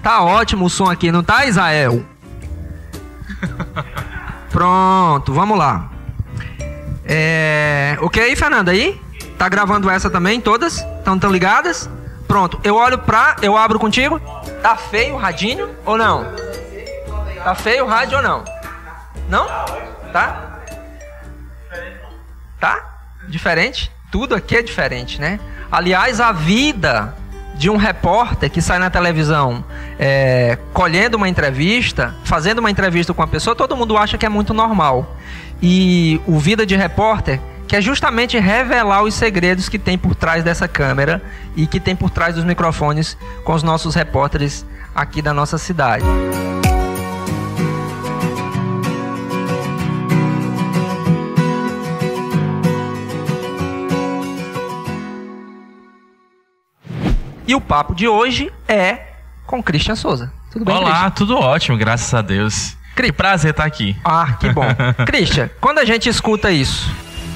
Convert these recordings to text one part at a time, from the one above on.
Tá ótimo o som aqui, não tá, Israel? Pronto, vamos lá. Ok, Fernanda, aí? Tá gravando essa também, todas? Estão ligadas? Pronto, eu abro contigo. Tá feio o radinho ou não? Tá feio o rádio ou não? Não? Tá? Tá? Diferente? Tudo aqui é diferente, né? Aliás, a vida de um repórter que sai na televisão colhendo uma entrevista, fazendo uma entrevista com uma pessoa, todo mundo acha que é muito normal. E o Vida de Repórter quer justamente revelar os segredos que tem por trás dessa câmera e que tem por trás dos microfones com os nossos repórteres aqui da nossa cidade. E o papo de hoje é com Christian Souza. Tudo bem, Olá, Christian? Tudo ótimo, graças a Deus. Que prazer estar aqui. Ah, que bom. Christian, quando a gente escuta isso...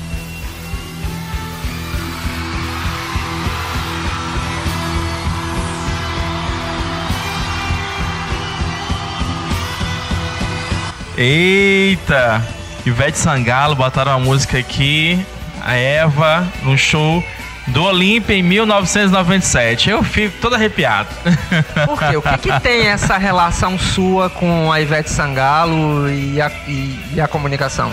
Eita! Ivete Sangalo, botaram uma música aqui, a Eva, no show do Olímpia em 1997. Eu fico todo arrepiado. Por quê? O que tem essa relação sua com a Ivete Sangalo e a comunicação?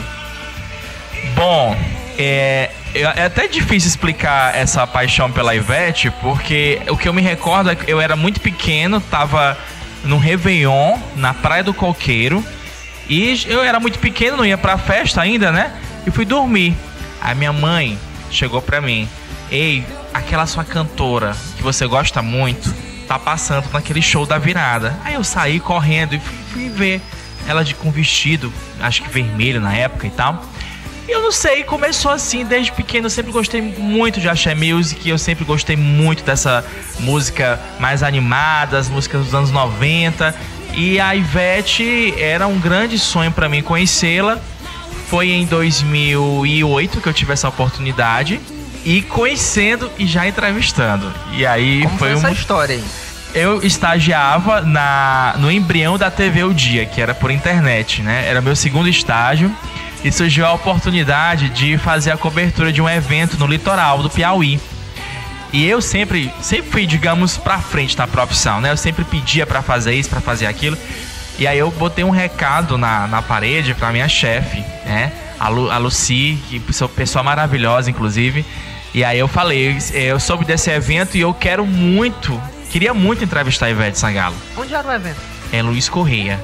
Bom, é até difícil explicar essa paixão pela Ivete, porque o que eu me recordo é que eu era muito pequeno, tava no Réveillon, na Praia do Coqueiro, e eu era muito pequeno, não ia pra festa ainda, né? E fui dormir. Aí minha mãe chegou pra mim: ei, aquela sua cantora que você gosta muito tá passando naquele show da virada. Aí eu saí correndo e fui ver ela com vestido, acho que vermelho na época e tal. E eu não sei, começou assim desde pequeno. Eu sempre gostei muito de Axé Music, eu sempre gostei muito dessa música mais animada, as músicas dos anos 90. E a Ivete era um grande sonho pra mim conhecê-la. Foi em 2008 que eu tive essa oportunidade. E conhecendo e já entrevistando. E aí Como foi essa história aí? Eu estagiava no embrião da TV O Dia, que era por internet, né? Era meu segundo estágio. E surgiu a oportunidade de fazer a cobertura de um evento no litoral do Piauí. E eu sempre fui, digamos, pra frente na profissão, né? Eu sempre pedia pra fazer isso, pra fazer aquilo. E aí eu botei um recado na parede pra minha chefe, né? A Lucy, que é uma pessoa maravilhosa, inclusive. E aí eu falei, eu soube desse evento e eu queria muito entrevistar a Ivete Sangalo. Onde era o evento? É Luiz Correia.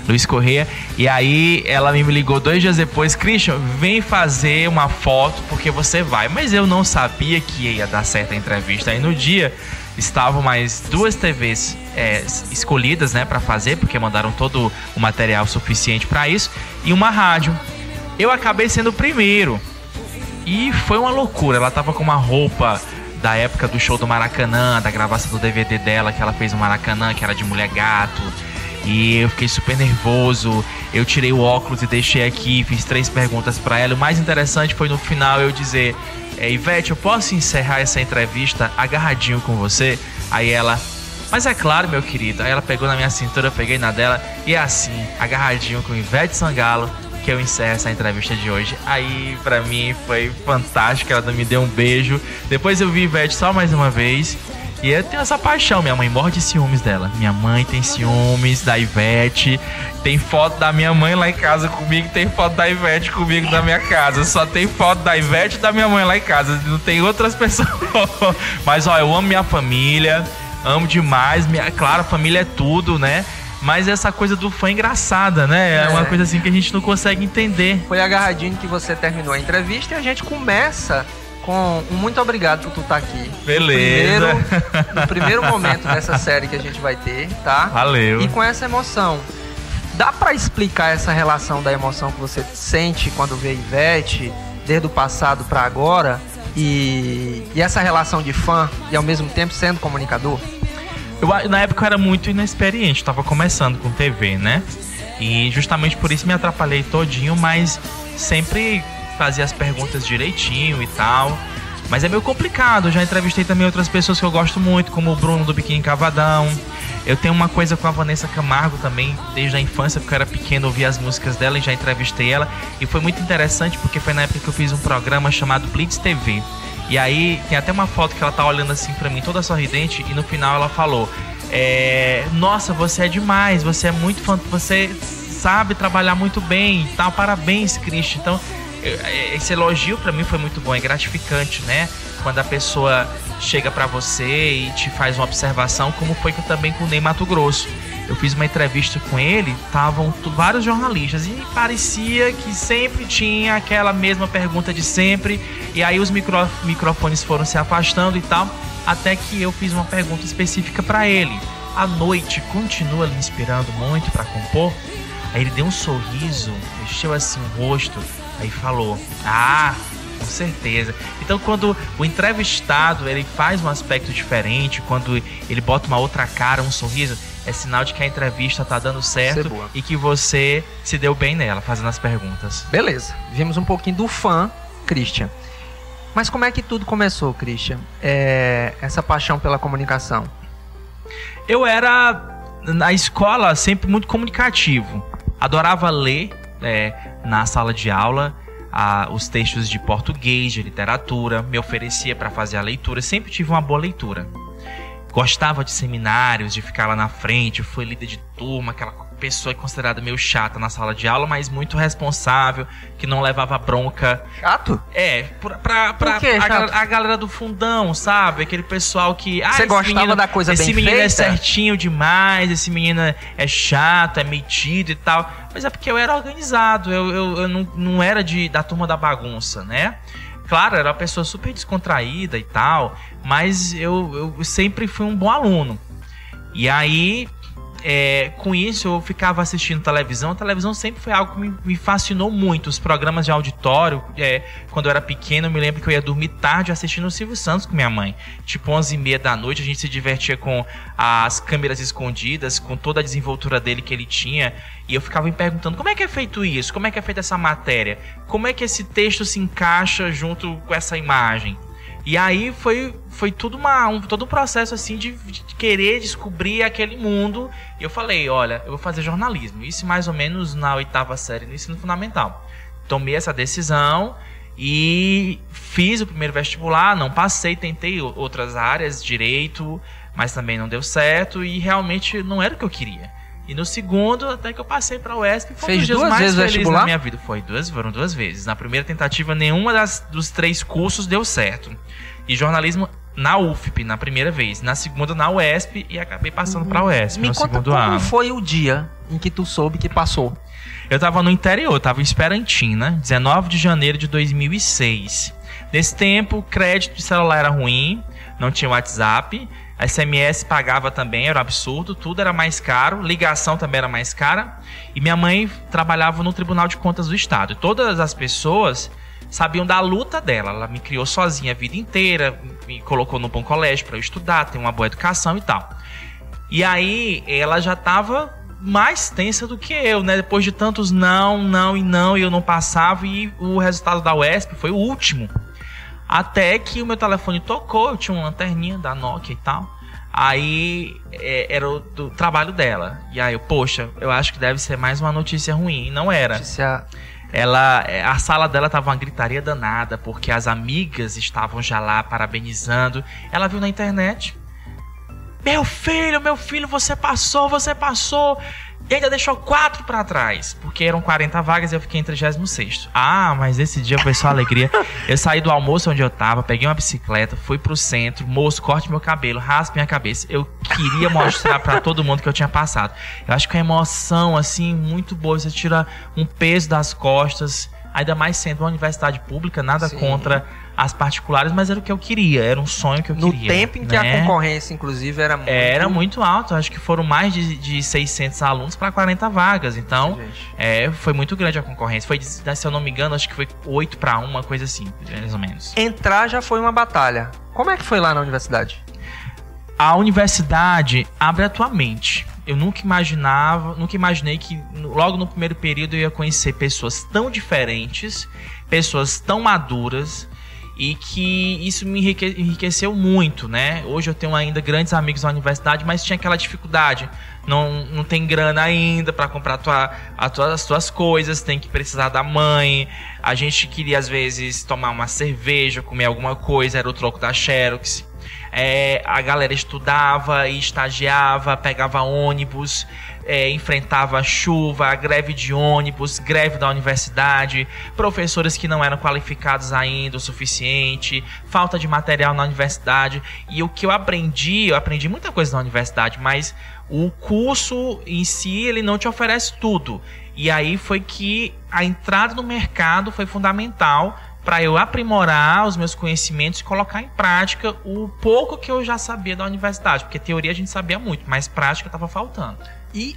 E aí ela me ligou 2 dias depois: Christian, vem fazer uma foto porque você vai. Mas eu não sabia que ia dar certo a entrevista. Aí no dia estavam mais 2 TVs escolhidas, né, para fazer, porque mandaram todo o material suficiente para isso, e uma rádio. Eu acabei sendo o primeiro. E foi uma loucura. Ela tava com uma roupa da época do show do Maracanã, da gravação do DVD dela, que ela fez no Maracanã, que era de Mulher Gato. E eu fiquei super nervoso. Eu tirei o óculos e deixei aqui, fiz 3 perguntas pra ela. O mais interessante foi no final eu dizer: Ivete, eu posso encerrar essa entrevista agarradinho com você? Aí ela: mas é claro, meu querido. Aí ela pegou na minha cintura, eu peguei na dela. E é assim, agarradinho com Ivete Sangalo, que eu encerro essa entrevista de hoje. Aí pra mim foi fantástico. Ela me deu um beijo. Depois eu vi Ivete só mais uma vez. E eu tenho essa paixão. Minha mãe morre de ciúmes dela. Minha mãe tem ciúmes da Ivete. Tem foto da minha mãe lá em casa comigo, tem foto da Ivete comigo na minha casa. Só tem foto da Ivete e da minha mãe lá em casa. Não tem outras pessoas. Mas ó, eu amo minha família, amo demais. Claro, família é tudo, né? Mas essa coisa do fã é engraçada, né? É uma coisa assim que a gente não consegue entender. Foi agarradinho que você terminou a entrevista e a gente começa com um muito obrigado por tu estar aqui. Beleza. No primeiro momento dessa série que a gente vai ter, tá? Valeu. E com essa emoção. Dá pra explicar essa relação da emoção que você sente quando vê Ivete, desde o passado pra agora, e essa relação de fã e ao mesmo tempo sendo comunicador? Na época eu era muito inexperiente, tava começando com TV, né? E justamente por isso me atrapalhei todinho, mas sempre fazia as perguntas direitinho e tal. Mas é meio complicado. Eu já entrevistei também outras pessoas que eu gosto muito, como o Bruno do Biquíni Cavadão. Eu tenho uma coisa com a Vanessa Camargo também, desde a infância, porque eu era pequeno, ouvi as músicas dela e já entrevistei ela. E foi muito interessante, porque foi na época que eu fiz um programa chamado Blitz TV. E aí tem até uma foto que ela tá olhando assim pra mim, toda sorridente, e no final ela falou: nossa, você é demais, você é muito fã, você sabe trabalhar muito bem e tal, parabéns, Christian. Então, esse elogio pra mim foi muito bom, é gratificante, né? Quando a pessoa chega pra você e te faz uma observação, como foi também com o Ney Matogrosso. Eu fiz uma entrevista com ele, estavam vários jornalistas e parecia que sempre tinha aquela mesma pergunta de sempre, e aí os microfones foram se afastando e tal, até que eu fiz uma pergunta específica pra ele: a noite continua lhe inspirando muito pra compor? Aí ele deu um sorriso, mexeu assim o rosto, aí falou: com certeza. Então, quando o entrevistado ele faz um aspecto diferente, quando ele bota uma outra cara, um sorriso, é sinal de que a entrevista tá dando certo e que você se deu bem nela, fazendo as perguntas. Beleza, vimos um pouquinho do fã, Christian. Mas como é que tudo começou, Christian? Essa paixão pela comunicação. Eu era, na escola, sempre muito comunicativo. Adorava ler na sala de aula os textos de português, de literatura, me oferecia para fazer a leitura, sempre tive uma boa leitura. Gostava de seminários, de ficar lá na frente, fui líder de turma, aquela pessoa considerada meio chata na sala de aula, mas muito responsável, que não levava bronca. Chato? Por quê, a galera do fundão, sabe? Aquele pessoal que... Você gostava da coisa bem feita? Esse menino é certinho demais, esse menino é chato, é metido e tal. Mas é porque eu era organizado, eu não era da turma da bagunça, né? Claro, era uma pessoa super descontraída e tal, mas eu sempre fui um bom aluno. E aí, com isso, eu ficava assistindo televisão. A televisão sempre foi algo que me fascinou muito. Os programas de auditório, quando eu era pequeno, eu me lembro que eu ia dormir tarde assistindo o Silvio Santos com minha mãe. Tipo 11h30 da noite, a gente se divertia com as câmeras escondidas, com toda a desenvoltura dele que ele tinha. E eu ficava me perguntando: como é que é feito isso? Como é que é feita essa matéria? Como é que esse texto se encaixa junto com essa imagem? E aí foi todo um processo assim de querer descobrir aquele mundo. E eu falei: olha, eu vou fazer jornalismo. Isso mais ou menos na 8ª série do ensino fundamental. Tomei essa decisão e fiz o primeiro vestibular, não passei, tentei outras áreas, direito, mas também não deu certo e realmente não era o que eu queria. E no segundo, até que eu passei para a UESP, foi um dos dias mais felizes da minha vida. Foram 2 vezes. Na primeira tentativa, nenhuma dos 3 cursos deu certo. E jornalismo na UFP, na primeira vez. Na segunda, na UESP, e acabei passando para a UESP no segundo ano. Como foi o dia em que tu soube que passou? Eu estava no interior, estava em Esperantina, 19 de janeiro de 2006. Nesse tempo, o crédito de celular era ruim, não tinha WhatsApp. A SMS pagava também, era um absurdo, tudo era mais caro, ligação também era mais cara. E minha mãe trabalhava no Tribunal de Contas do Estado. E todas as pessoas sabiam da luta dela. Ela me criou sozinha a vida inteira, me colocou no bom colégio para eu estudar, ter uma boa educação e tal. E aí ela já estava mais tensa do que eu, né? Depois de tantos não, e eu não passava, e o resultado da UESP foi o último. Até que o meu telefone tocou, eu tinha uma lanterninha da Nokia e tal. Aí era do trabalho dela. E aí eu acho que deve ser mais uma notícia ruim. E não era. A sala dela tava uma gritaria danada, porque as amigas estavam já lá parabenizando. Ela viu na internet: meu filho, você passou. E ainda deixou 4 para trás, porque eram 40 vagas e eu fiquei em 36º. Mas esse dia foi só alegria. Eu saí do almoço onde eu tava, peguei uma bicicleta, fui pro centro: moço, corte meu cabelo, raspe minha cabeça. Eu queria mostrar para todo mundo que eu tinha passado. Eu acho que a emoção, assim, muito boa. Você tira um peso das costas, ainda mais sendo uma universidade pública, nada Sim. contra as particulares, mas era o que eu queria, era um sonho que eu queria. No tempo em que a concorrência, inclusive, era muito alta. Acho que foram mais de 600 alunos para 40 vagas. Então, foi muito grande a concorrência. Foi, se eu não me engano, acho que foi 8-1, uma coisa assim, mais ou menos. Entrar já foi uma batalha. Como é que foi lá na universidade? A universidade abre a tua mente. Eu nunca imaginei que logo no primeiro período eu ia conhecer pessoas tão diferentes, pessoas tão maduras. e que isso me enriqueceu muito, né? Hoje eu tenho ainda grandes amigos na universidade, mas tinha aquela dificuldade. Não tem grana ainda para comprar as tuas coisas, tem que precisar da mãe. A gente queria, às vezes, tomar uma cerveja, comer alguma coisa, era o troco da Xerox. A galera estudava e estagiava, pegava ônibus, enfrentava a chuva, a greve de ônibus, greve da universidade, professores que não eram qualificados ainda o suficiente, falta de material na universidade. E o que eu aprendi muita coisa na universidade, mas o curso em si, ele não te oferece tudo. E aí foi que a entrada no mercado foi fundamental para eu aprimorar os meus conhecimentos e colocar em prática o pouco que eu já sabia da universidade. Porque teoria a gente sabia muito, mas prática estava faltando. E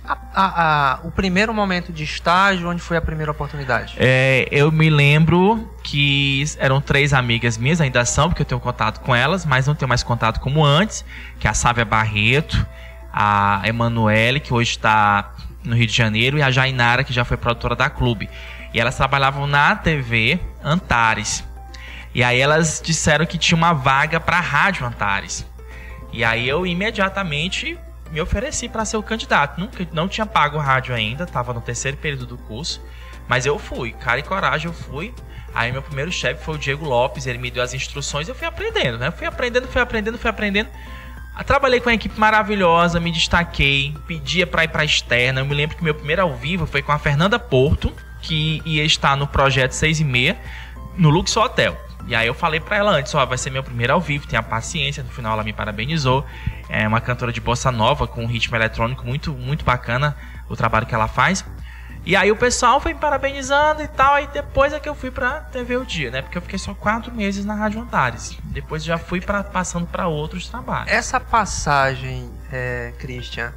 o primeiro momento de estágio, onde foi a primeira oportunidade? Eu me lembro que eram 3 amigas minhas, ainda são, porque eu tenho contato com elas, mas não tenho mais contato como antes, que é a Sávia Barreto, a Emanuele, que hoje está no Rio de Janeiro, e a Jainara, que já foi produtora da Clube. E elas trabalhavam na TV Antares. E aí elas disseram que tinha uma vaga para a Rádio Antares. E aí eu imediatamente me ofereci para ser o candidato. Não tinha pago rádio ainda, estava no 3º período do curso. Mas eu fui, cara e coragem, eu fui. Aí meu primeiro chefe foi o Diego Lopes, ele me deu as instruções e eu fui aprendendo, né? Fui aprendendo. Trabalhei com uma equipe maravilhosa, me destaquei, pedia para ir para externa. Eu me lembro que meu primeiro ao vivo foi com a Fernanda Porto, que ia estar no projeto 6h30 no Luxor Hotel. E aí eu falei pra ela antes, vai ser meu primeiro ao vivo, tenha paciência. No final ela me parabenizou. É uma cantora de bossa nova com um ritmo eletrônico muito, muito bacana o trabalho que ela faz. E aí o pessoal foi me parabenizando e tal. Aí depois é que eu fui pra TV O Dia, né? Porque eu fiquei só 4 meses na Rádio Antares. Depois já fui passando pra outros trabalhos. Essa passagem, Christian,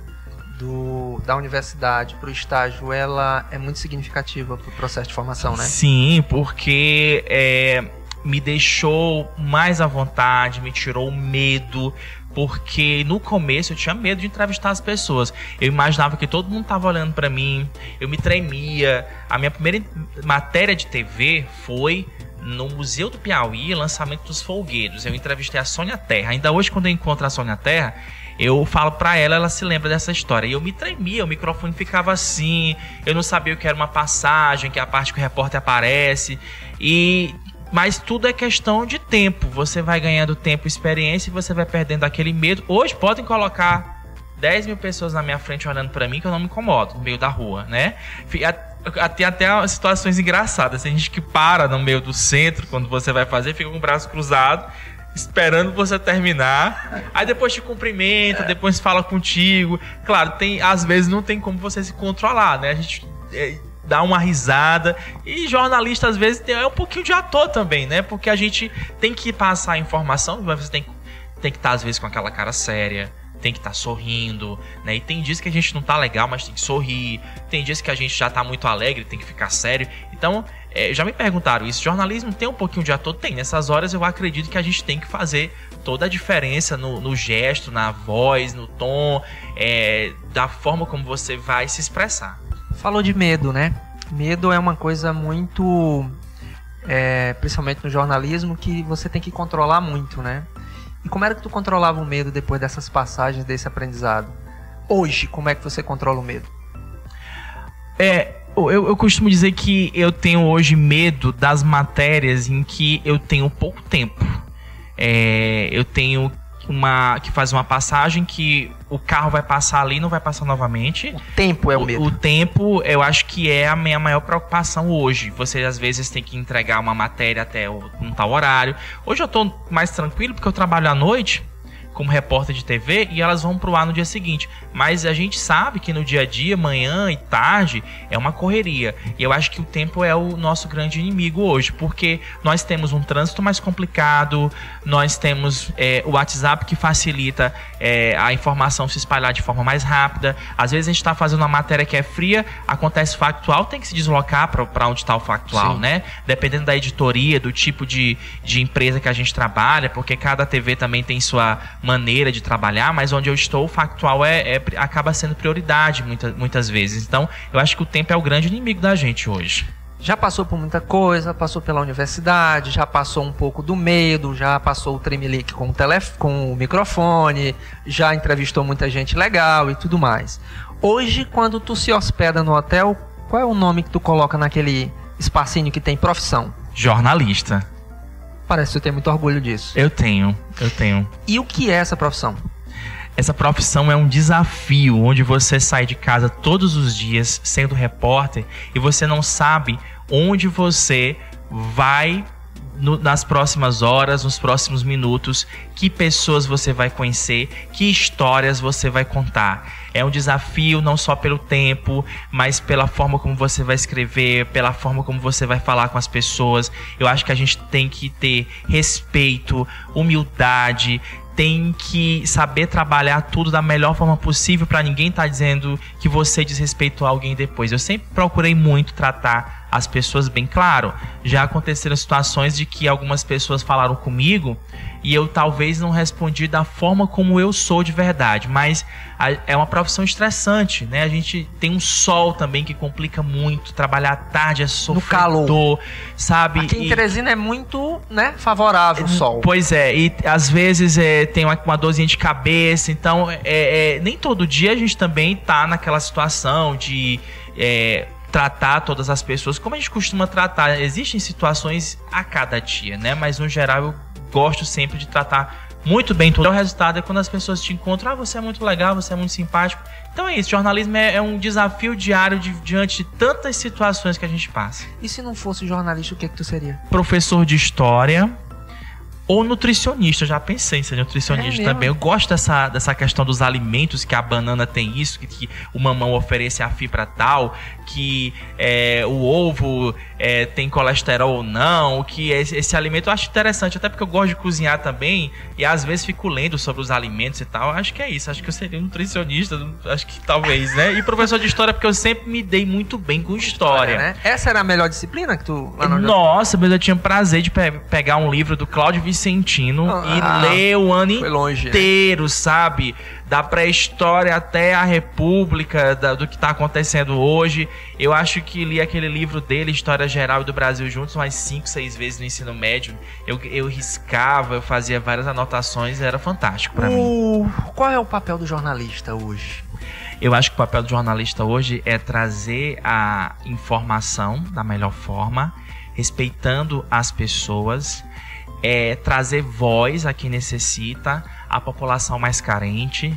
da universidade para o estágio, ela é muito significativa para o processo de formação, né? Sim, porque me deixou mais à vontade, me tirou o medo, porque no começo eu tinha medo de entrevistar as pessoas. Eu imaginava que todo mundo estava olhando para mim, eu me tremia. A minha primeira matéria de TV foi no Museu do Piauí, lançamento dos Folguedos. Eu entrevistei a Sônia Terra. Ainda hoje, quando eu encontro a Sônia Terra, eu falo pra ela, ela se lembra dessa história. E eu me tremia, o microfone ficava assim, eu não sabia o que era uma passagem, que é a parte que o repórter aparece. Mas tudo é questão de tempo. Você vai ganhando tempo e experiência e você vai perdendo aquele medo. Hoje podem colocar 10 mil pessoas na minha frente olhando pra mim que eu não me incomodo no meio da rua, né? Tem até situações engraçadas. Tem gente que para no meio do centro quando você vai fazer, fica com o braço cruzado, esperando você terminar. Aí depois te cumprimenta, depois fala contigo. Claro, às vezes não tem como você se controlar, né? A gente dá uma risada. E jornalista, às vezes, é um pouquinho de ator também, né? Porque a gente tem que passar a informação, mas você tem que estar, às vezes, com aquela cara séria, tem que estar sorrindo, né? E tem dias que a gente não tá legal, mas tem que sorrir. Tem dias que a gente já tá muito alegre, tem que ficar sério. Então, já me perguntaram isso. Jornalismo tem um pouquinho de ator? Tem. Nessas horas eu acredito que a gente tem que fazer toda a diferença no gesto, na voz, no tom, da forma como você vai se expressar. Falou de medo, né? Medo é uma coisa muito, principalmente no jornalismo, que você tem que controlar muito, né? E como era que tu controlava o medo depois dessas passagens, desse aprendizado? Hoje, como é que você controla o medo? Eu costumo dizer que eu tenho hoje medo das matérias em que eu tenho pouco tempo. Eu tenho que fazer uma passagem que o carro vai passar ali e não vai passar novamente. O tempo é o medo. O tempo, eu acho que é a minha maior preocupação hoje. Você, às vezes, tem que entregar uma matéria até um tal horário. Hoje eu tô mais tranquilo porque eu trabalho à noite como repórter de TV e elas vão pro ar no dia seguinte. Mas a gente sabe que no dia a dia, manhã e tarde, é uma correria. E eu acho que o tempo é o nosso grande inimigo hoje, porque nós temos um trânsito mais complicado, nós temos o WhatsApp que facilita a informação se espalhar de forma mais rápida. Às vezes a gente está fazendo uma matéria que é fria, acontece factual, tem que se deslocar para onde está o factual, Sim. né? Dependendo da editoria, do tipo de empresa que a gente trabalha, porque cada TV também tem sua maneira de trabalhar, mas onde eu estou, o factual acaba sendo prioridade muitas vezes. Então, eu acho que o tempo é o grande inimigo da gente hoje. já passou por muita coisa, passou pela universidade, já passou um pouco do medo, já passou o tremelique com o microfone, já entrevistou muita gente legal e tudo mais. Hoje, quando tu se hospeda no hotel, qual é o nome que tu coloca naquele espacinho que tem profissão? Jornalista. Parece que tu tem muito orgulho disso. Eu tenho. E o que é essa profissão? Essa profissão é um desafio, onde você sai de casa todos os dias sendo repórter e você não sabe onde você vai nas próximas horas, nos próximos minutos, que pessoas você vai conhecer, que histórias você vai contar. É um desafio não só pelo tempo, mas pela forma como você vai escrever, pela forma como você vai falar com as pessoas. Eu acho que a gente tem que ter respeito, humildade, tem que saber trabalhar tudo da melhor forma possível para ninguém estar dizendo que você desrespeitou alguém depois. Eu sempre procurei muito tratar as pessoas bem. Claro, já aconteceram situações de que algumas pessoas falaram comigo e eu talvez não respondi da forma como eu sou de verdade, mas é uma profissão estressante, né? A gente tem um sol também que complica muito, trabalhar à tarde é sofredor, no calor, sabe? Aqui em Teresina é muito, né, favorável o sol. Pois é, e às vezes tem uma dorzinha de cabeça, então nem todo dia a gente também tá naquela situação de tratar todas as pessoas como a gente costuma tratar. Existem situações a cada dia, né? Mas no geral eu gosto sempre de tratar muito bem todo. O resultado é quando as pessoas te encontram, você é muito legal, você é muito simpático. Então é isso, jornalismo é um desafio diário diante de tantas situações que a gente passa. E se não fosse jornalista, o que tu seria? Professor de história ou nutricionista. Eu já pensei em ser nutricionista também. Eu gosto dessa questão dos alimentos, que a banana tem isso, que o mamão oferece a fibra tal, que o ovo tem colesterol ou não, que esse alimento eu acho interessante, até porque eu gosto de cozinhar também, e às vezes fico lendo sobre os alimentos e tal. Acho que é isso, acho que eu seria nutricionista, acho que talvez, né? E professor de história, porque eu sempre me dei muito bem com história. Né? Essa era a melhor disciplina que tu... Nossa, mas eu tinha prazer de pegar um livro do Cláudio Vicentino e ler o ano inteiro, né? Sabe? Da pré-história até a República, do que está acontecendo hoje. Eu acho que li aquele livro dele, História Geral do Brasil Juntos, umas 5, 6 vezes no ensino médio. Eu riscava, eu fazia várias anotações, era fantástico para mim. Qual é o papel do jornalista hoje? Eu acho que o papel do jornalista hoje é trazer a informação da melhor forma, respeitando as pessoas, trazer voz a quem necessita, a população mais carente.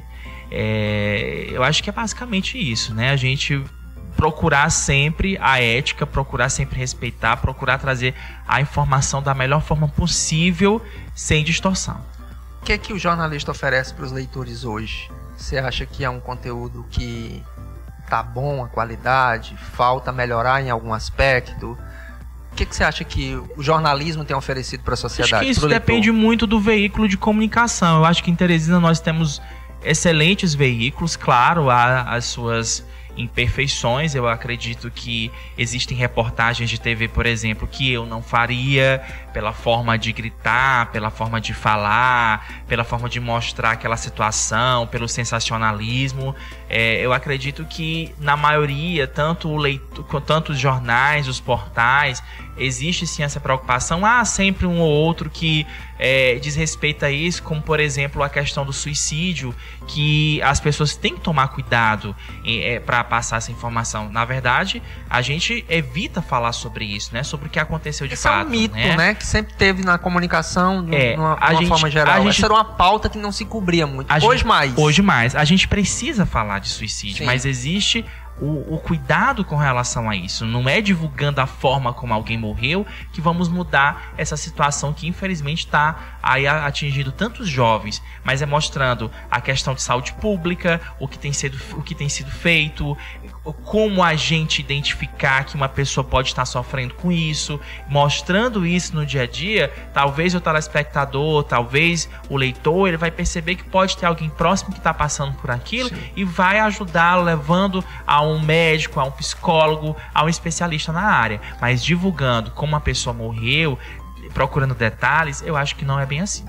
Eu acho que é basicamente isso, né? A gente procurar sempre a ética, procurar sempre respeitar, procurar trazer a informação da melhor forma possível, sem distorção. O que é que o jornalista oferece para os leitores hoje? Você acha que é um conteúdo que tá bom, a qualidade, falta melhorar em algum aspecto? O que você acha que o jornalismo tem oferecido para a sociedade? Acho que isso depende muito do veículo de comunicação. Eu acho que em Teresina nós temos excelentes veículos, claro, há as suas imperfeições. Eu acredito que existem reportagens de TV, por exemplo, que eu não faria, pela forma de gritar, pela forma de falar, pela forma de mostrar aquela situação, pelo sensacionalismo. Eu acredito que na maioria, tanto os jornais, os portais, existe sim essa preocupação. Há sempre um ou outro que desrespeita isso, como por exemplo a questão do suicídio, que as pessoas têm que tomar cuidado para passar essa informação. Na verdade, a gente evita falar sobre isso, né? Sobre o que aconteceu de fato. É um mito, né? Que sempre teve na comunicação, de uma forma geral. Essa era uma pauta que não se cobria muito. Hoje mais. A gente precisa falar de suicídio, sim, mas existe o cuidado com relação a isso. Não é divulgando a forma como alguém morreu que vamos mudar essa situação que infelizmente está aí atingindo tantos jovens, mas é mostrando a questão de saúde pública, o que tem sido feito, como a gente identificar que uma pessoa pode estar sofrendo com isso, mostrando isso no dia a dia. Talvez o telespectador, talvez o leitor, ele vai perceber que pode ter alguém próximo que está passando por aquilo, sim, e vai ajudá-lo, levando a um médico, a um psicólogo, a um especialista na área. Mas divulgando como a pessoa morreu, procurando detalhes, eu acho que não é bem assim.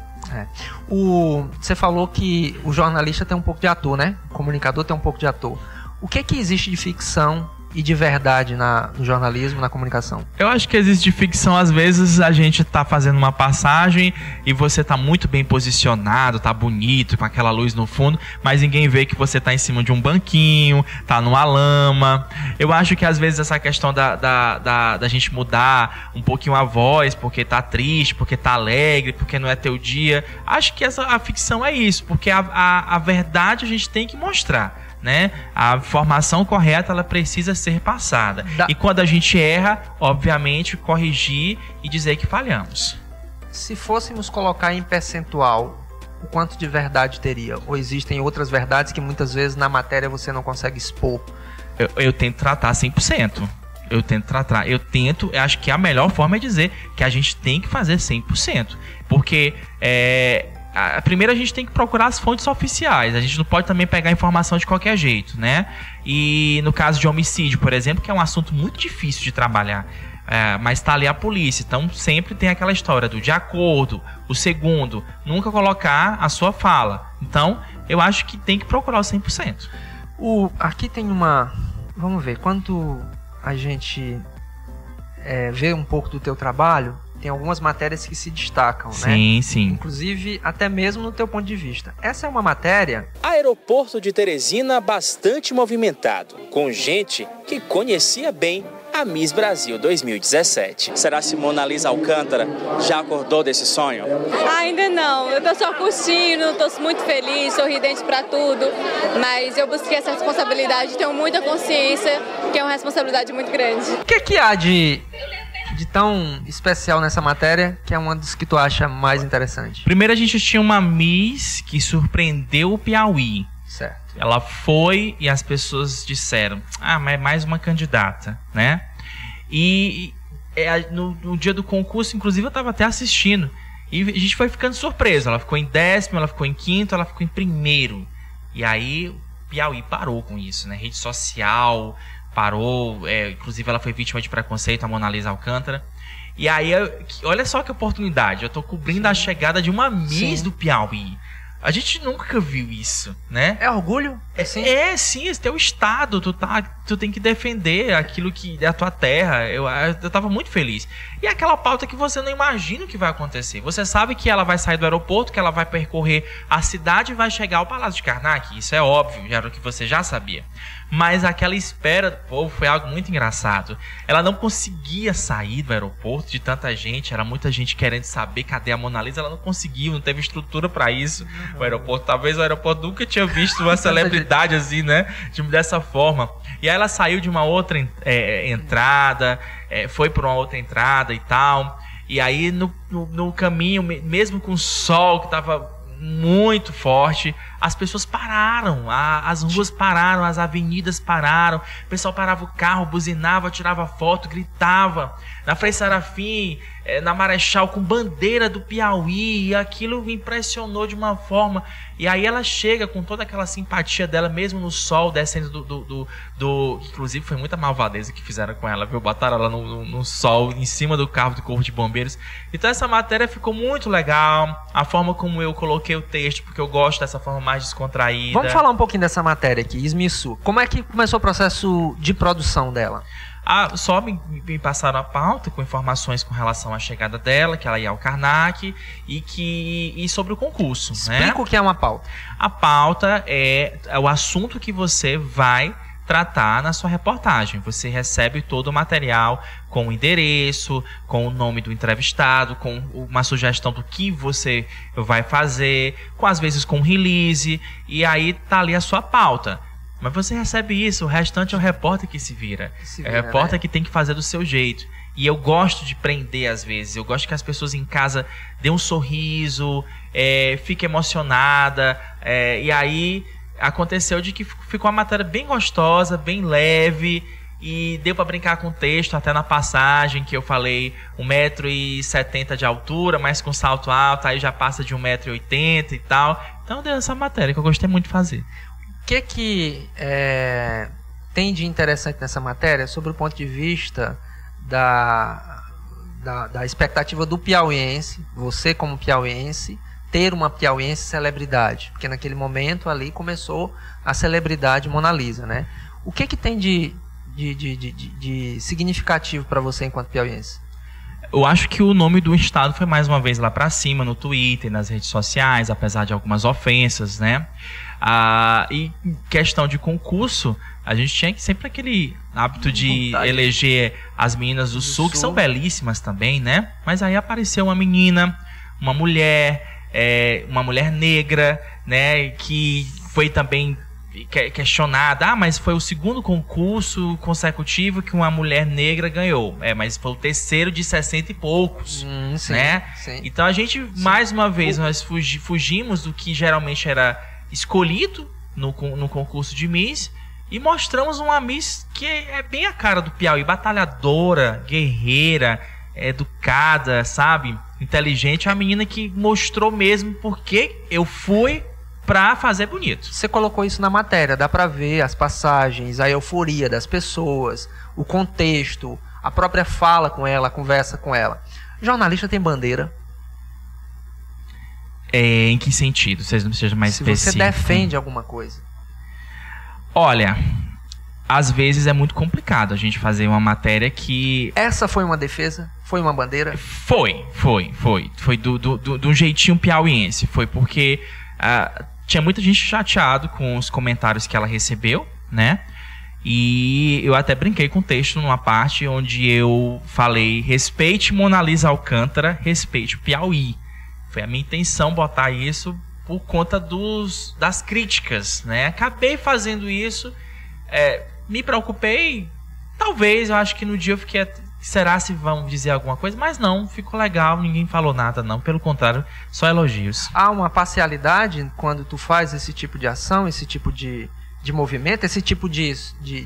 Você falou que o jornalista tem um pouco de ator, né? O comunicador tem um pouco de ator. O que existe de ficção e de verdade no jornalismo, na comunicação? Eu acho que existe ficção, às vezes a gente tá fazendo uma passagem e você tá muito bem posicionado, tá bonito, com aquela luz no fundo, mas ninguém vê que você tá em cima de um banquinho, tá numa lama. Eu acho que às vezes essa questão da gente mudar um pouquinho a voz, porque tá triste, porque tá alegre, porque não é teu dia, acho que a ficção é isso, porque a verdade a gente tem que mostrar. Né? A informação correta ela precisa ser passada. E quando a gente erra, obviamente, corrigir e dizer que falhamos. Se fôssemos colocar em percentual, o quanto de verdade teria? Ou existem outras verdades que muitas vezes na matéria você não consegue expor? Eu tento tratar 100%. Eu acho que a melhor forma é dizer que a gente tem que fazer 100%. Porque primeiro a gente tem que procurar as fontes oficiais. A gente não pode também pegar informação de qualquer jeito, né? E no caso de homicídio, por exemplo, que é um assunto muito difícil de trabalhar, mas está ali a polícia. Então sempre tem aquela história do de acordo, o segundo, nunca colocar a sua fala. Então eu acho que tem que procurar o 100%. Aqui tem uma... Vamos ver, quando a gente vê um pouco do teu trabalho, tem algumas matérias que se destacam, né? Sim. Inclusive, até mesmo no teu ponto de vista. Essa é uma matéria... Aeroporto de Teresina bastante movimentado, com gente que conhecia bem a Miss Brasil 2017. Será que Mona Lisa Alcântara já acordou desse sonho? Ainda não, eu tô só curtindo, tô muito feliz, sorridente pra tudo, mas eu busquei essa responsabilidade, tenho muita consciência que é uma responsabilidade muito grande. O que há de tão especial nessa matéria, que é uma das que tu acha mais interessante? Primeiro a gente tinha uma Miss que surpreendeu o Piauí. Certo. Ela foi e as pessoas disseram, mas é mais uma candidata, né? E no dia do concurso, inclusive, eu estava até assistindo. E a gente foi ficando surpreso. Ela ficou em 10º, ela ficou em 5º, ela ficou em 1º. E aí o Piauí parou com isso, né? Rede social parou. Inclusive ela foi vítima de preconceito, a Mona Lisa Alcântara. E aí, olha só que oportunidade. Eu tô cobrindo a chegada de uma Miss do Piauí. A gente nunca viu isso, né? É orgulho? Sim, esse teu estado, tu tem que defender aquilo que é a tua terra. Eu tava muito feliz. E aquela pauta que você não imagina o que vai acontecer. Você sabe que ela vai sair do aeroporto, que ela vai percorrer a cidade e vai chegar ao Palácio de Karnak. Isso é óbvio, já era o que você já sabia. Mas aquela espera do povo foi algo muito engraçado. Ela não conseguia sair do aeroporto de tanta gente. Era muita gente querendo saber cadê a Mona Lisa. Ela não conseguiu, não teve estrutura para isso. O aeroporto, talvez o aeroporto nunca tinha visto uma celebridade assim, né? Dessa forma. E aí ela saiu de uma outra entrada, foi para uma outra entrada e tal. E aí no caminho, mesmo com o sol que estava muito forte, as pessoas pararam, as ruas pararam, as avenidas pararam, o pessoal parava o carro, buzinava, tirava foto, gritava. Na Frei Serafim, na Marechal, com bandeira do Piauí, e aquilo me impressionou de uma forma. E aí ela chega com toda aquela simpatia dela, mesmo no sol, descendo inclusive foi muita malvadeza que fizeram com ela, viu? Botaram ela no sol, em cima do carro do Corpo de Bombeiros. Então essa matéria ficou muito legal, a forma como eu coloquei o texto, porque eu gosto dessa forma mais descontraída. Vamos falar um pouquinho dessa matéria aqui, Ismissu. Como é que começou o processo de produção dela? Só me passaram a pauta com informações com relação à chegada dela, que ela ia ao Karnak e sobre o concurso. Explica o que é uma pauta. A pauta é o assunto que você vai tratar na sua reportagem. Você recebe todo o material com o endereço, com o nome do entrevistado, com uma sugestão do que você vai fazer, às vezes com release, e aí tá ali a sua pauta. Mas você recebe isso, o restante é o repórter que se vira. É o repórter que tem que fazer do seu jeito. E eu gosto de prender às vezes. Eu gosto que as pessoas em casa dêem um sorriso, fiquem emocionadas. E aí aconteceu de que ficou uma matéria bem gostosa, bem leve. E deu para brincar com o texto, até na passagem que eu falei 1,70 m de altura, mas com salto alto, aí já passa de 1,80 m e tal. Então deu essa matéria que eu gostei muito de fazer. O que tem de interessante nessa matéria sobre o ponto de vista da expectativa do piauiense, você como piauiense, ter uma piauiense celebridade? Porque naquele momento ali começou a celebridade Mona Lisa, né? O que tem de de significativo para você enquanto piauiense? Eu acho que o nome do estado foi mais uma vez lá para cima, no Twitter, nas redes sociais, apesar de algumas ofensas, né? E questão de concurso, a gente tinha sempre aquele hábito de eleger as meninas do Sul, que são belíssimas também, né? Mas aí apareceu uma menina, uma mulher negra, né? Que foi também questionada. Mas foi o segundo concurso consecutivo que uma mulher negra ganhou. Mas foi o terceiro de 60 e poucos, sim, né? Sim. Então a gente, mais uma vez, nós fugimos do que geralmente era escolhido no concurso de Miss e mostramos uma Miss que é bem a cara do Piauí, batalhadora, guerreira, educada, sabe? Inteligente, uma menina que mostrou mesmo porque eu fui pra fazer bonito. Você colocou isso na matéria, dá pra ver as passagens, a euforia das pessoas, o contexto, a própria fala com ela, a conversa com ela. Jornalista tem bandeira? Em que sentido? Vocês não sejam mais específicos. Se você defende alguma coisa. Olha, às vezes é muito complicado a gente fazer uma matéria que... Essa foi uma defesa? Foi uma bandeira? Foi de um jeitinho piauiense. Foi porque tinha muita gente chateado com os comentários que ela recebeu, né? E eu até brinquei com o texto numa parte onde eu falei: respeite Mona Lisa Alcântara, respeite o Piauí. Foi a minha intenção botar isso por conta das críticas, né? Acabei fazendo isso, me preocupei. Talvez, eu acho que no dia eu fiquei... Será se vão dizer alguma coisa? Mas não, ficou legal, ninguém falou nada não. Pelo contrário, só elogios. Há uma parcialidade quando tu faz esse tipo de ação, esse tipo de movimento, esse tipo de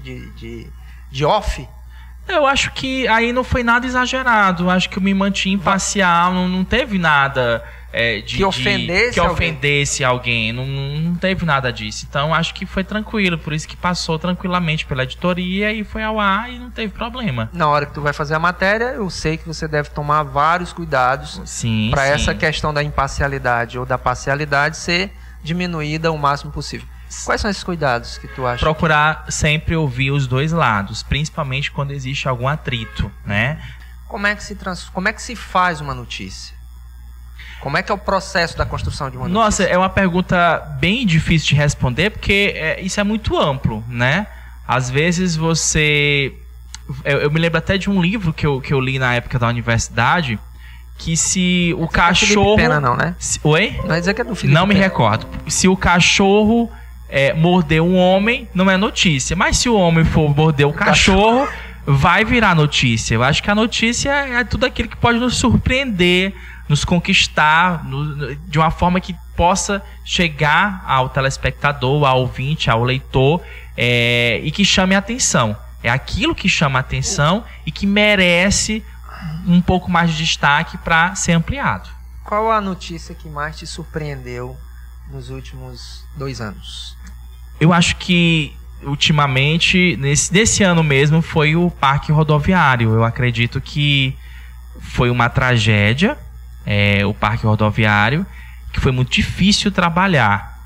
off? Eu acho que aí não foi nada exagerado. Eu acho que eu me mantinha imparcial, não teve nada que ofendesse alguém. Não teve nada disso. Então acho que foi tranquilo, por isso que passou tranquilamente pela editoria e foi ao ar e não teve problema. Na hora que tu vai fazer a matéria, eu sei que você deve tomar vários cuidados para essa questão da imparcialidade ou da parcialidade ser diminuída o máximo possível. Quais são esses cuidados que tu acha? Procurar sempre ouvir os dois lados, principalmente quando existe algum atrito, né? Como é que se faz uma notícia? Como é que é o processo da construção de uma notícia? Nossa, é uma pergunta bem difícil de responder, porque isso é muito amplo, né? Às vezes você... Eu me lembro até de um livro que eu li na época da universidade, que se o cachorro... É Pena não, né? Oi? Não vai dizer que é do Felipe Não me Pena. recordo. Se o cachorro morder um homem, não é notícia. Mas se o homem for morder o cachorro, vai virar notícia. Eu acho que a notícia é tudo aquilo que pode nos surpreender, nos conquistar de uma forma que possa chegar ao telespectador, ao ouvinte, ao leitor, e que chame a atenção. É aquilo que chama a atenção e que merece um pouco mais de destaque para ser ampliado. Qual a notícia que mais te surpreendeu nos últimos 2 anos? Eu acho que ultimamente, nesse ano mesmo, foi o parque rodoviário. Eu acredito que foi uma tragédia, o parque rodoviário, que foi muito difícil trabalhar,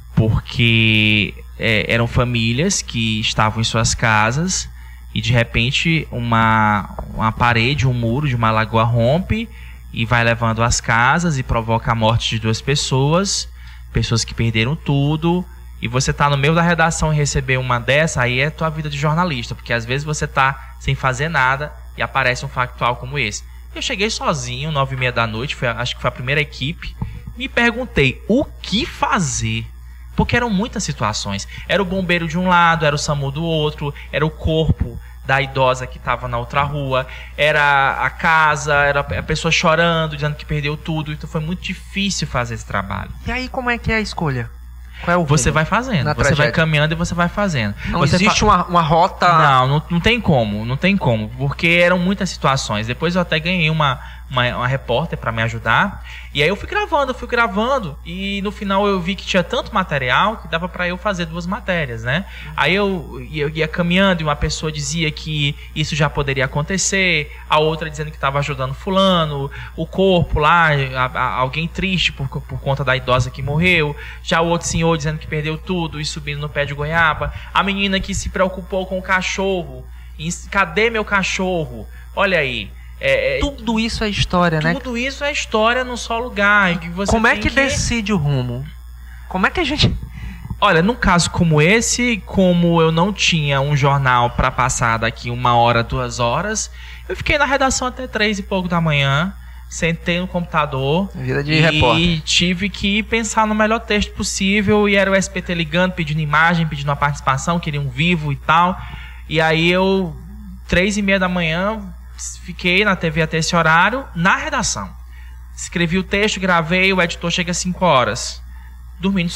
porque eram famílias que estavam em suas casas e de repente uma parede, um muro de uma lagoa rompe e vai levando as casas e provoca a morte de 2 pessoas que perderam tudo. E você tá no meio da redação e receber uma dessa, aí é tua vida de jornalista, porque às vezes você tá sem fazer nada e aparece um factual como esse. Eu cheguei sozinho, 9h30 da noite, acho que foi a primeira equipe, me perguntei o que fazer, porque eram muitas situações. Era o bombeiro de um lado, era o SAMU do outro, era o corpo da idosa que estava na outra rua, era a casa, era a pessoa chorando, dizendo que perdeu tudo. Então foi muito difícil fazer esse trabalho. E aí como é que é a escolha? Qual é o você vai fazendo, você tragédia? Vai caminhando e você vai fazendo. Não você existe uma rota... Não tem como, porque eram muitas situações. Depois eu até ganhei uma repórter para me ajudar, e aí eu fui gravando, e no final eu vi que tinha tanto material que dava para eu fazer 2 matérias, né? Aí eu ia caminhando e uma pessoa dizia que isso já poderia acontecer, a outra dizendo que estava ajudando fulano, o corpo lá, alguém triste por conta da idosa que morreu, já o outro senhor dizendo que perdeu tudo e subindo no pé de goiaba, a menina que se preocupou com o cachorro Cadê meu cachorro? Olha aí. Tudo isso é história, né? Tudo isso é história num só lugar. Que você Como é que decide o rumo? Como é que a gente... Olha, num caso como esse, como eu não tinha um jornal para passar daqui 1 hora, 2 horas, eu fiquei na redação até 3 e pouco da manhã, sentei no computador repórter. Tive que pensar no melhor texto possível, e era o SBT ligando, pedindo imagem, pedindo uma participação, queria um vivo e tal. E aí eu, 3h30 da manhã, fiquei na TV até esse horário, na redação. Escrevi o texto, gravei, o editor chega às 5 horas. Dormi no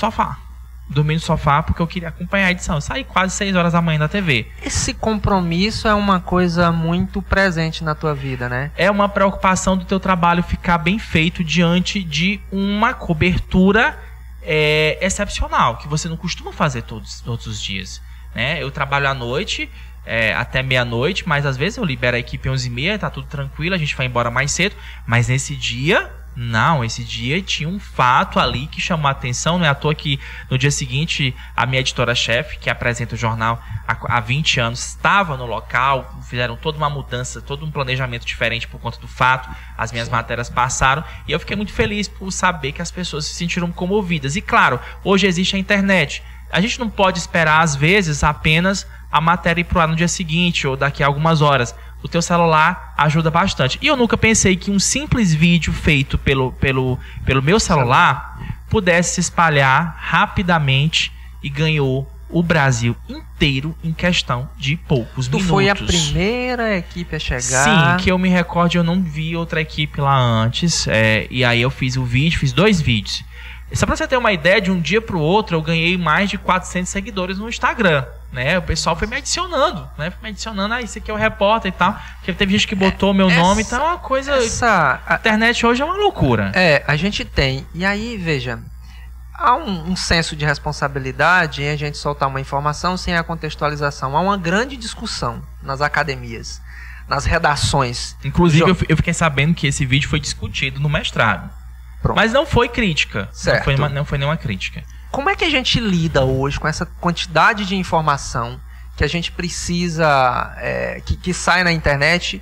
sofá porque eu queria acompanhar a edição. Eu saí quase 6 horas da manhã da TV. Esse compromisso é uma coisa muito presente na tua vida, né? É uma preocupação do teu trabalho ficar bem feito diante de uma cobertura excepcional, que você não costuma fazer todos os dias, né? Eu trabalho à noite, até meia-noite, mas às vezes eu libero a equipe 11h30, tá tudo tranquilo, a gente vai embora mais cedo, mas nesse dia... Não, esse dia tinha um fato ali que chamou a atenção. Não é à toa que no dia seguinte a minha editora-chefe, que apresenta o jornal há 20 anos, estava no local. Fizeram toda uma mudança, todo um planejamento diferente por conta do fato. As minhas matérias passaram e eu fiquei muito feliz por saber que as pessoas se sentiram comovidas. E claro, hoje existe a internet. A gente não pode esperar, às vezes, apenas a matéria ir pro ar no dia seguinte ou daqui a algumas horas. O teu celular ajuda bastante. E eu nunca pensei que um simples vídeo feito pelo meu celular pudesse se espalhar rapidamente e ganhou o Brasil inteiro em questão de poucos minutos. Tu foi a primeira equipe a chegar? Sim, que eu me recorde, eu não vi outra equipe lá antes. E aí eu fiz o vídeo, fiz 2 vídeos. Só pra você ter uma ideia, de um dia pro outro eu ganhei mais de 400 seguidores no Instagram, né? O pessoal foi me adicionando, né? Foi me adicionando, esse aqui é o repórter e tal. Porque teve gente que botou meu nome, então é uma coisa... A internet hoje é uma loucura. A gente tem. E aí, veja, há um senso de responsabilidade em a gente soltar uma informação sem a contextualização. Há uma grande discussão nas academias, nas redações. Inclusive, eu fiquei sabendo que esse vídeo foi discutido no mestrado. Pronto. Mas não foi crítica. Certo. Não foi nenhuma crítica. Como é que a gente lida hoje com essa quantidade de informação que a gente precisa, que sai na internet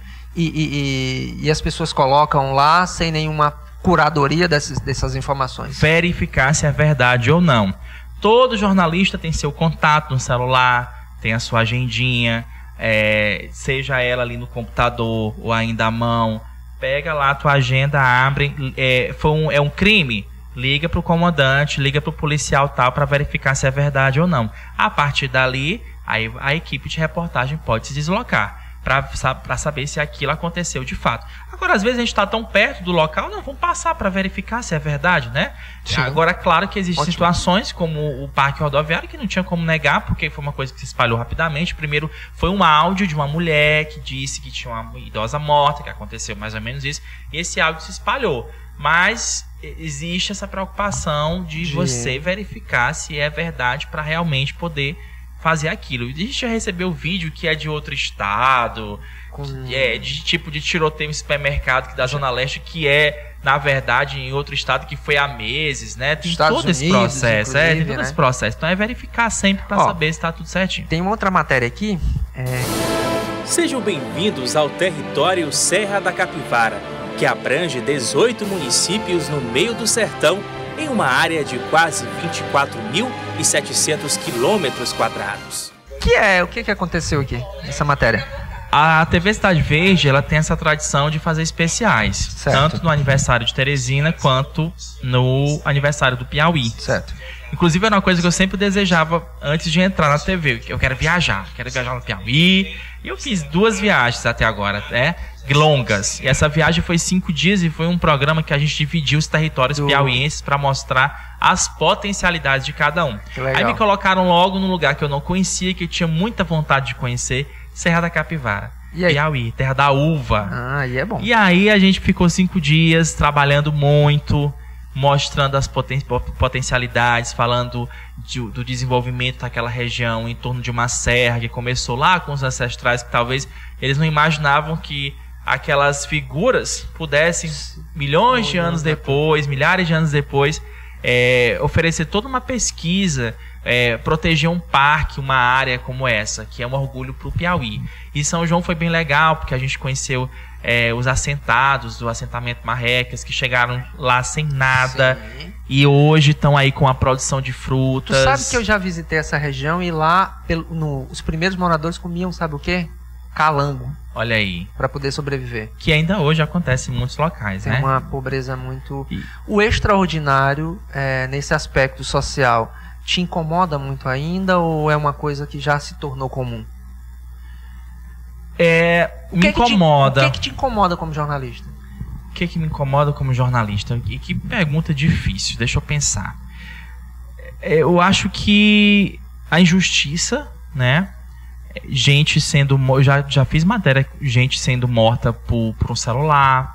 e as pessoas colocam lá sem nenhuma curadoria dessas informações? Verificar se é verdade ou não. Todo jornalista tem seu contato no celular, tem a sua agendinha, seja ela ali no computador ou ainda à mão. Pega lá a tua agenda, abre, é um crime, liga pro comandante, liga pro policial tal para verificar se é verdade ou não. A partir dali, aí a equipe de reportagem pode se deslocar para saber se aquilo aconteceu de fato. Agora, às vezes a gente está tão perto do local, não, vamos passar para verificar se é verdade, né? Sim. Agora, claro que existem situações como o parque rodoviário que não tinha como negar, porque foi uma coisa que se espalhou rapidamente. Primeiro foi um áudio de uma mulher que disse que tinha uma idosa morta, que aconteceu mais ou menos isso, e esse áudio se espalhou. Mas existe essa preocupação de você verificar se é verdade para realmente poder fazer aquilo. A gente já recebeu vídeo que é de outro estado, de tipo de tiroteio em supermercado que da Zona Leste, que é, na verdade, em outro estado que foi há meses, né? Tem todo esse processo, tem todo esse processo. Então é verificar sempre para saber se está tudo certinho. Tem uma outra matéria aqui. Sejam bem-vindos ao território Serra da Capivara, que abrange 18 municípios no meio do sertão, em uma área de quase 24.700 quilômetros quadrados. O que aconteceu aqui nessa matéria? A TV Cidade Verde, ela tem essa tradição de fazer especiais, certo, tanto no aniversário de Teresina quanto no aniversário do Piauí. Certo. Inclusive, era uma coisa que eu sempre desejava antes de entrar na TV. Eu quero viajar no Piauí. E eu fiz 2 viagens até agora, longas. E essa viagem foi 5 dias e foi um programa que a gente dividiu os territórios piauienses para mostrar as potencialidades de cada um. Aí me colocaram logo num lugar que eu não conhecia, que eu tinha muita vontade de conhecer, Serra da Capivara. Piauí, terra da uva. E é bom. E aí a gente ficou 5 dias trabalhando muito, mostrando as potencialidades, falando do desenvolvimento daquela região em torno de uma serra que começou lá com os ancestrais, que talvez eles não imaginavam que aquelas figuras pudessem, milhares de anos depois, oferecer toda uma pesquisa proteger um parque, uma área como essa, que é um orgulho para o Piauí. E São João foi bem legal, porque a gente conheceu os assentados do assentamento Marrecas, que chegaram lá sem nada. Sim. E hoje estão aí com a produção de frutas. Tu sabe que eu já visitei essa região e lá os primeiros moradores comiam, sabe o quê? Calango. Olha aí. Para poder sobreviver. Que ainda hoje acontece em muitos locais, Tem né? uma pobreza muito... O extraordinário, nesse aspecto social, te incomoda muito ainda ou é uma coisa que já se tornou comum? Me incomoda. O que te incomoda como jornalista? O que me incomoda como jornalista? E que pergunta difícil, deixa eu pensar. Eu acho que a injustiça, né? Gente sendo... Já fiz matéria, gente sendo morta por um celular,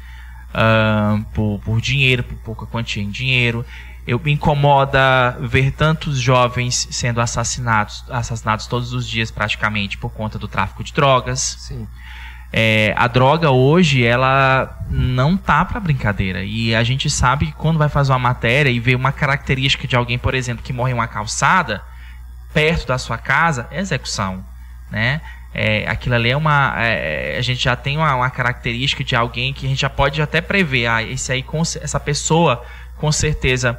por dinheiro, por pouca quantia em dinheiro. Me incomoda ver tantos jovens sendo assassinados todos os dias praticamente por conta do tráfico de drogas. Sim. A droga hoje, ela não tá para brincadeira. E a gente sabe que quando vai fazer uma matéria e vê uma característica de alguém, por exemplo, que morre em uma calçada, perto da sua casa, é execução, né? Aquilo ali a gente já tem uma característica de alguém que a gente já pode até prever. Essa pessoa com certeza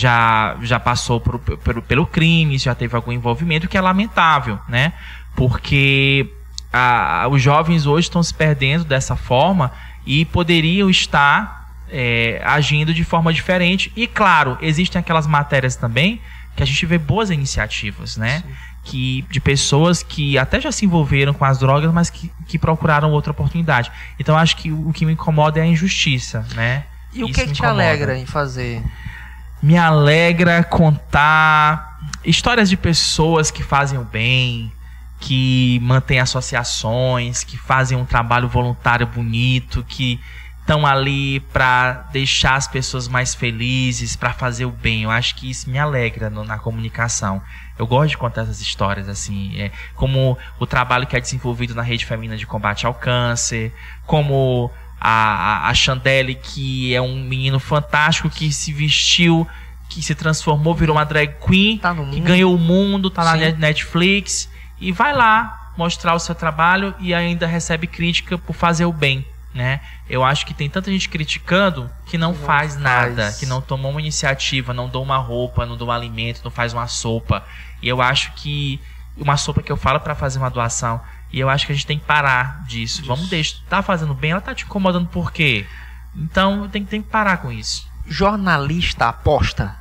já passou pelo crime, já teve algum envolvimento, que é lamentável, né? Porque os jovens hoje estão se perdendo dessa forma e poderiam estar agindo de forma diferente. E claro, existem aquelas matérias também que a gente vê boas iniciativas, né? De pessoas que até já se envolveram com as drogas, mas que procuraram outra oportunidade. Então acho que o que me incomoda é a injustiça, né? E o que te alegra em fazer? Me alegra contar histórias de pessoas que fazem o bem, que mantêm associações, que fazem um trabalho voluntário bonito, que estão ali para deixar as pessoas mais felizes, para fazer o bem. Eu acho que isso me alegra na comunicação. Eu gosto de contar essas histórias, assim, como o trabalho que é desenvolvido na Rede Feminina de Combate ao Câncer, como a Chandelle, que é um menino fantástico que se vestiu, que se transformou, virou uma drag queen, que ganhou o mundo, tá lá na Netflix, e vai lá mostrar o seu trabalho e ainda recebe crítica por fazer o bem, né? Eu acho que tem tanta gente criticando que não faz nada, que não tomou uma iniciativa, não dou uma roupa, não dou um alimento, não faz uma sopa. E eu acho que uma sopa que eu falo para fazer uma doação, e eu acho que a gente tem que parar disso. Vamos deixar, tá fazendo bem, ela tá te incomodando por quê? Então tem que parar com isso. Jornalista aposta?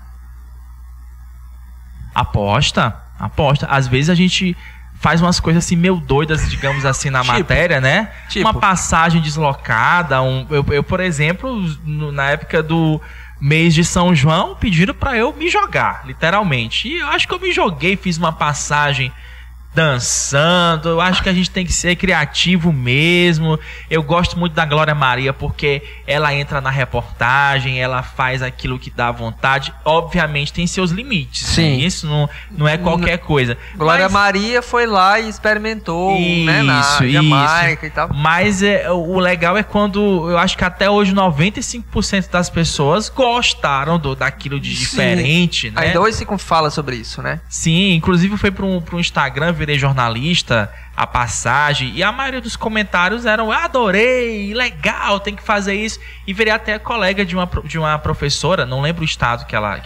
Aposta. Às vezes a gente faz umas coisas assim meio doidas, digamos assim, na matéria, né? Uma passagem deslocada. Eu, por exemplo, na época do mês de São João, pediram pra eu me jogar, literalmente. E eu acho que eu me joguei, fiz uma passagem dançando. Eu acho que a gente tem que ser criativo mesmo. Eu gosto muito da Glória Maria porque ela entra na reportagem, ela faz aquilo que dá vontade. Obviamente tem seus limites. Sim. Né? Isso não é qualquer coisa. Glória Maria foi lá e experimentou, né, na Jamaica e tal. Mas o legal é quando eu acho que até hoje 95% das pessoas gostaram daquilo de diferente, né? Ainda hoje se fala sobre isso, né? Sim, inclusive foi para um Instagram, virei jornalista, a passagem, e a maioria dos comentários eram: adorei, legal, tem que fazer isso. E virei até colega de uma professora, não lembro o estado que ela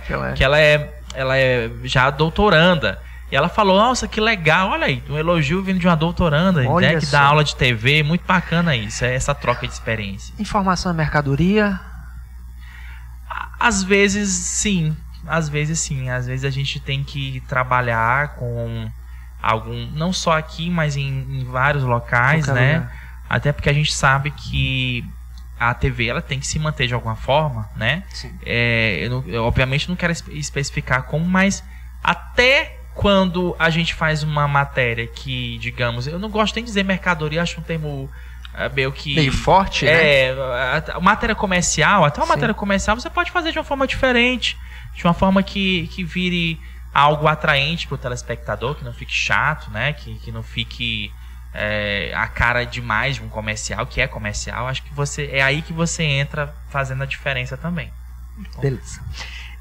é já doutoranda. E ela falou: nossa, que legal, olha aí, um elogio vindo de uma doutoranda, né, que dá aula de TV, muito bacana isso, essa troca de experiência. Informação é mercadoria? Às vezes sim, às vezes a gente tem que trabalhar com não só aqui, mas em vários locais, né? Lugar. Até porque a gente sabe que a TV ela tem que se manter de alguma forma, né? Eu obviamente não quero especificar como, mas até quando a gente faz uma matéria que, digamos, eu não gosto nem de dizer mercadoria, acho um termo meio forte, né? Matéria comercial, até uma matéria comercial você pode fazer de uma forma diferente, de uma forma que vire algo atraente para o telespectador, que não fique chato, né? Que não fique a cara demais de um comercial, que é comercial. Acho que é aí que você entra fazendo a diferença também. Beleza.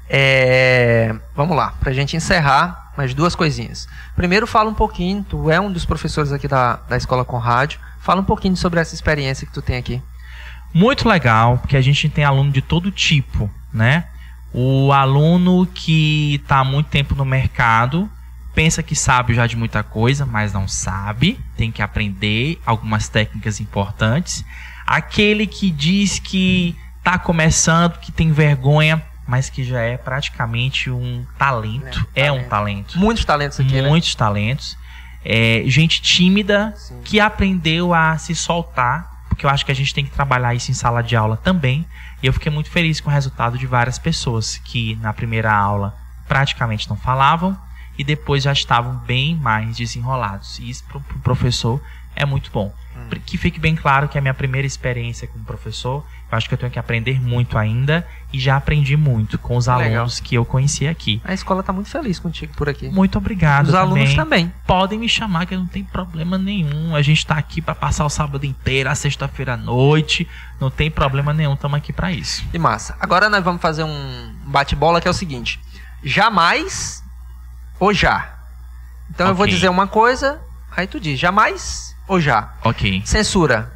Vamos lá, pra gente encerrar, mais 2 coisinhas. Primeiro, fala um pouquinho, tu é um dos professores aqui da Escola Conrádio, fala um pouquinho sobre essa experiência que tu tem aqui. Muito legal, porque a gente tem aluno de todo tipo, né? O aluno que está há muito tempo no mercado, pensa que sabe já de muita coisa, mas não sabe, tem que aprender algumas técnicas importantes. Aquele que diz que está começando, que tem vergonha, mas que já é praticamente um talento. Um talento. Muitos talentos aqui, Muitos talentos. Gente tímida, sim, que aprendeu a se soltar, porque eu acho que a gente tem que trabalhar isso em sala de aula também. E eu fiquei muito feliz com o resultado de várias pessoas que na primeira aula praticamente não falavam e depois já estavam bem mais desenrolados. E isso para o professor é muito bom. Que fique bem claro que é a minha primeira experiência como professor. Eu acho que eu tenho que aprender muito ainda e já aprendi muito com os alunos que eu conheci aqui. A escola está muito feliz contigo por aqui. Muito obrigado. Os alunos também. Podem me chamar que não tem problema nenhum. A gente está aqui para passar o sábado inteiro, a sexta-feira à noite. Não tem problema nenhum, estamos aqui para isso. E massa. Agora nós vamos fazer um bate-bola que é o seguinte: jamais ou já. Então eu vou dizer uma coisa, aí tu diz jamais ou já. Ok. Censura.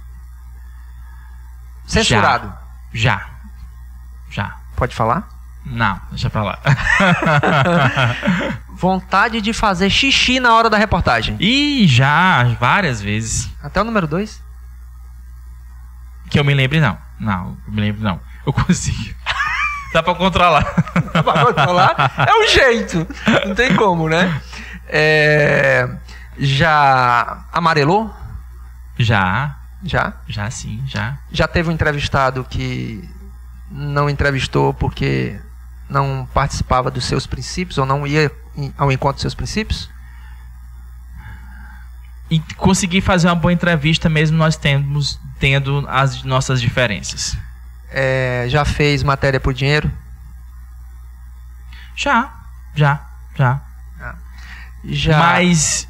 Censurado. Já. Pode falar? Não, deixa pra lá. Vontade de fazer xixi na hora da reportagem. Ih, já, várias vezes. Até o número 2? Que eu me lembre, não. Eu consigo. Dá pra controlar. Dá pra controlar? É um jeito. Não tem como, né? Já amarelou? Já? Já sim, já. Já teve um entrevistado que não entrevistou porque não participava dos seus princípios ou não ia ao encontro dos seus princípios? E conseguir fazer uma boa entrevista mesmo nós tendo as nossas diferenças. Já fez matéria por dinheiro? Já. Mas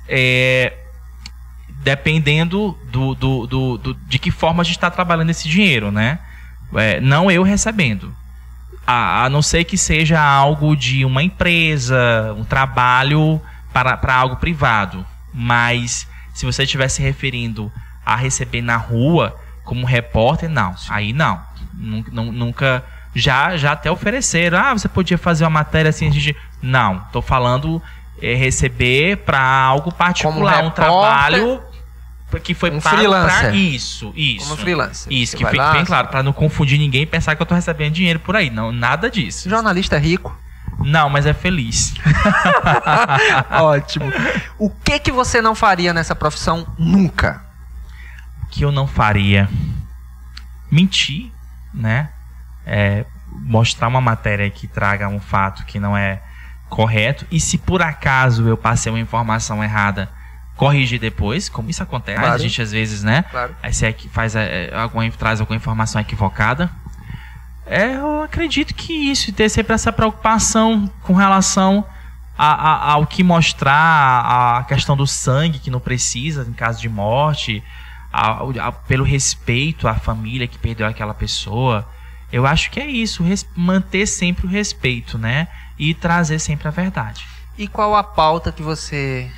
dependendo de que forma a gente está trabalhando esse dinheiro, né? Não eu recebendo. A não ser que seja algo de uma empresa, um trabalho para algo privado. Mas se você estiver se referindo a receber na rua como repórter, não. Aí não. Nunca. Já até ofereceram. Você podia fazer uma matéria assim. Não, estou falando receber para algo particular, um trabalho que foi pago para isso. Como freelancer. Isso, que fique bem claro, para não confundir ninguém e pensar que eu estou recebendo dinheiro por aí. Não, nada disso. Jornalista é rico? Não, mas é feliz. Ótimo. O que você não faria nessa profissão nunca? O que eu não faria? Mentir, né? Mostrar uma matéria que traga um fato que não é correto. E se por acaso eu passei uma informação errada, corrigir depois, como isso acontece. Claro. A gente às vezes, né? Claro. Aí você traz alguma informação equivocada. Eu acredito que isso, ter sempre essa preocupação com relação ao que mostrar, a questão do sangue que não precisa em caso de morte, pelo respeito à família que perdeu aquela pessoa. Eu acho que é isso, manter sempre o respeito, né? E trazer sempre a verdade. E qual a pauta que você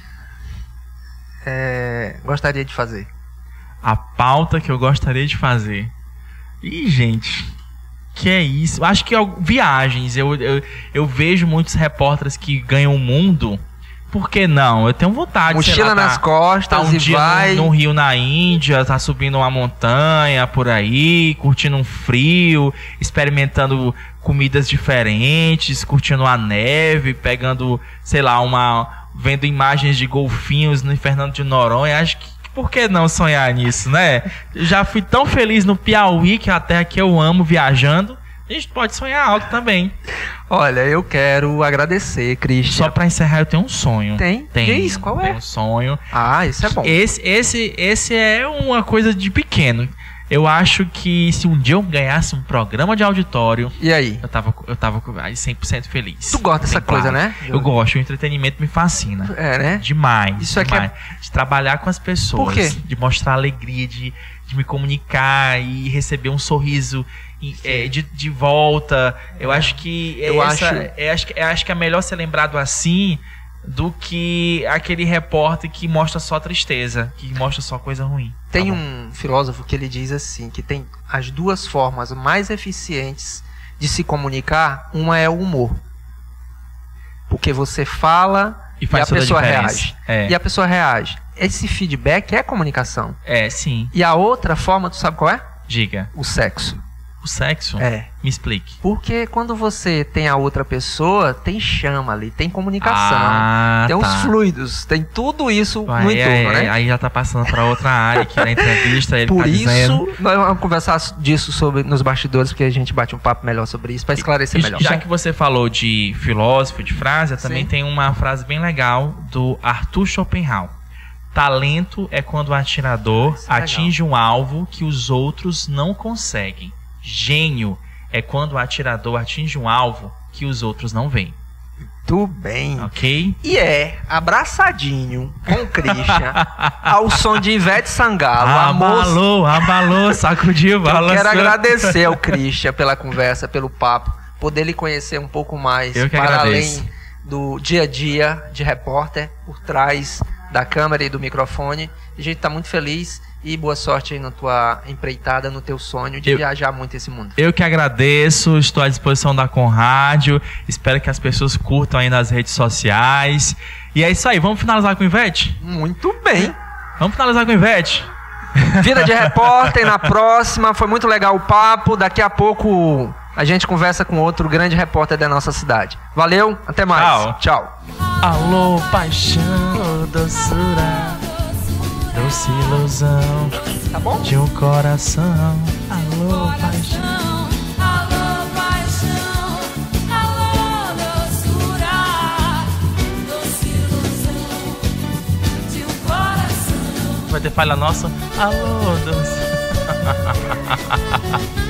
gostaria de fazer? A pauta que eu gostaria de fazer? Ih, gente, que é isso? Acho que viagens. Eu vejo muitos repórteres que ganham o mundo. Por que não? Eu tenho vontade. Mochila nas costas e vai no Rio, na Índia, tá subindo uma montanha por aí, curtindo um frio, experimentando comidas diferentes, curtindo a neve, pegando, sei lá, vendo imagens de golfinhos no Fernando de Noronha. Acho que por que não sonhar nisso, né? Já fui tão feliz no Piauí, que é a terra que eu amo, viajando. A gente pode sonhar alto também. Olha, eu quero agradecer, Christian. Só pra encerrar, eu tenho um sonho. Tem? Diz, qual é? Tenho um sonho. Isso é bom. Esse é uma coisa de pequeno. Eu acho que se um dia eu ganhasse um programa de auditório... E aí? Eu tava 100% feliz. Tu gosta dessa coisa, né? Eu gosto, o entretenimento me fascina. Né? Demais. Isso demais. Aqui de trabalhar com as pessoas. Por quê? De mostrar alegria, de me comunicar e receber um sorriso de volta. Eu acho que acho que é melhor ser lembrado assim do que aquele repórter que mostra só tristeza, que mostra só coisa ruim. Tem um filósofo que ele diz assim, que tem as duas formas mais eficientes de se comunicar. Uma é o humor, porque você fala e a pessoa reage. E a pessoa reage. Esse feedback é comunicação. Sim. E a outra forma, tu sabe qual é? Diga. O sexo. O sexo? Me explique. Porque quando você tem a outra pessoa, tem chama ali, tem comunicação, tem os fluidos, tem tudo isso no entorno, né? Aí já tá passando para outra área, que na entrevista ele Por tá isso, dizendo... nós vamos conversar disso nos bastidores, porque a gente bate um papo melhor sobre isso, para esclarecer melhor. Já que você falou de filósofo, de frase, também tem uma frase bem legal do Arthur Schopenhauer. Talento é quando o atirador atinge um alvo que os outros não conseguem. Gênio é quando o atirador atinge um alvo que os outros não veem. Muito bem. Ok? E abraçadinho com o Christian, ao som de Ivete Sangalo. Abalou, sacudiu, balançou. Eu quero agradecer ao Christian pela conversa, pelo papo, poder lhe conhecer um pouco mais, para além do dia a dia de repórter, por trás da câmera e do microfone. A gente está muito feliz e boa sorte aí na tua empreitada, no teu sonho de viajar muito esse mundo. Eu que agradeço, estou à disposição da Conrádio, espero que as pessoas curtam aí nas redes sociais. E é isso aí, vamos finalizar com o Ivete? Muito bem. Vamos finalizar com o Ivete? Vida de repórter na próxima, foi muito legal o papo, daqui a pouco a gente conversa com outro grande repórter da nossa cidade. Valeu, até mais. Tchau. Alô, paixão, doçura, doce ilusão, tá bom? De um coração. Alô, paixão. Alô, paixão. Alô, doçura, doce ilusão de um coração. Vai ter falha nossa? Alô, doce.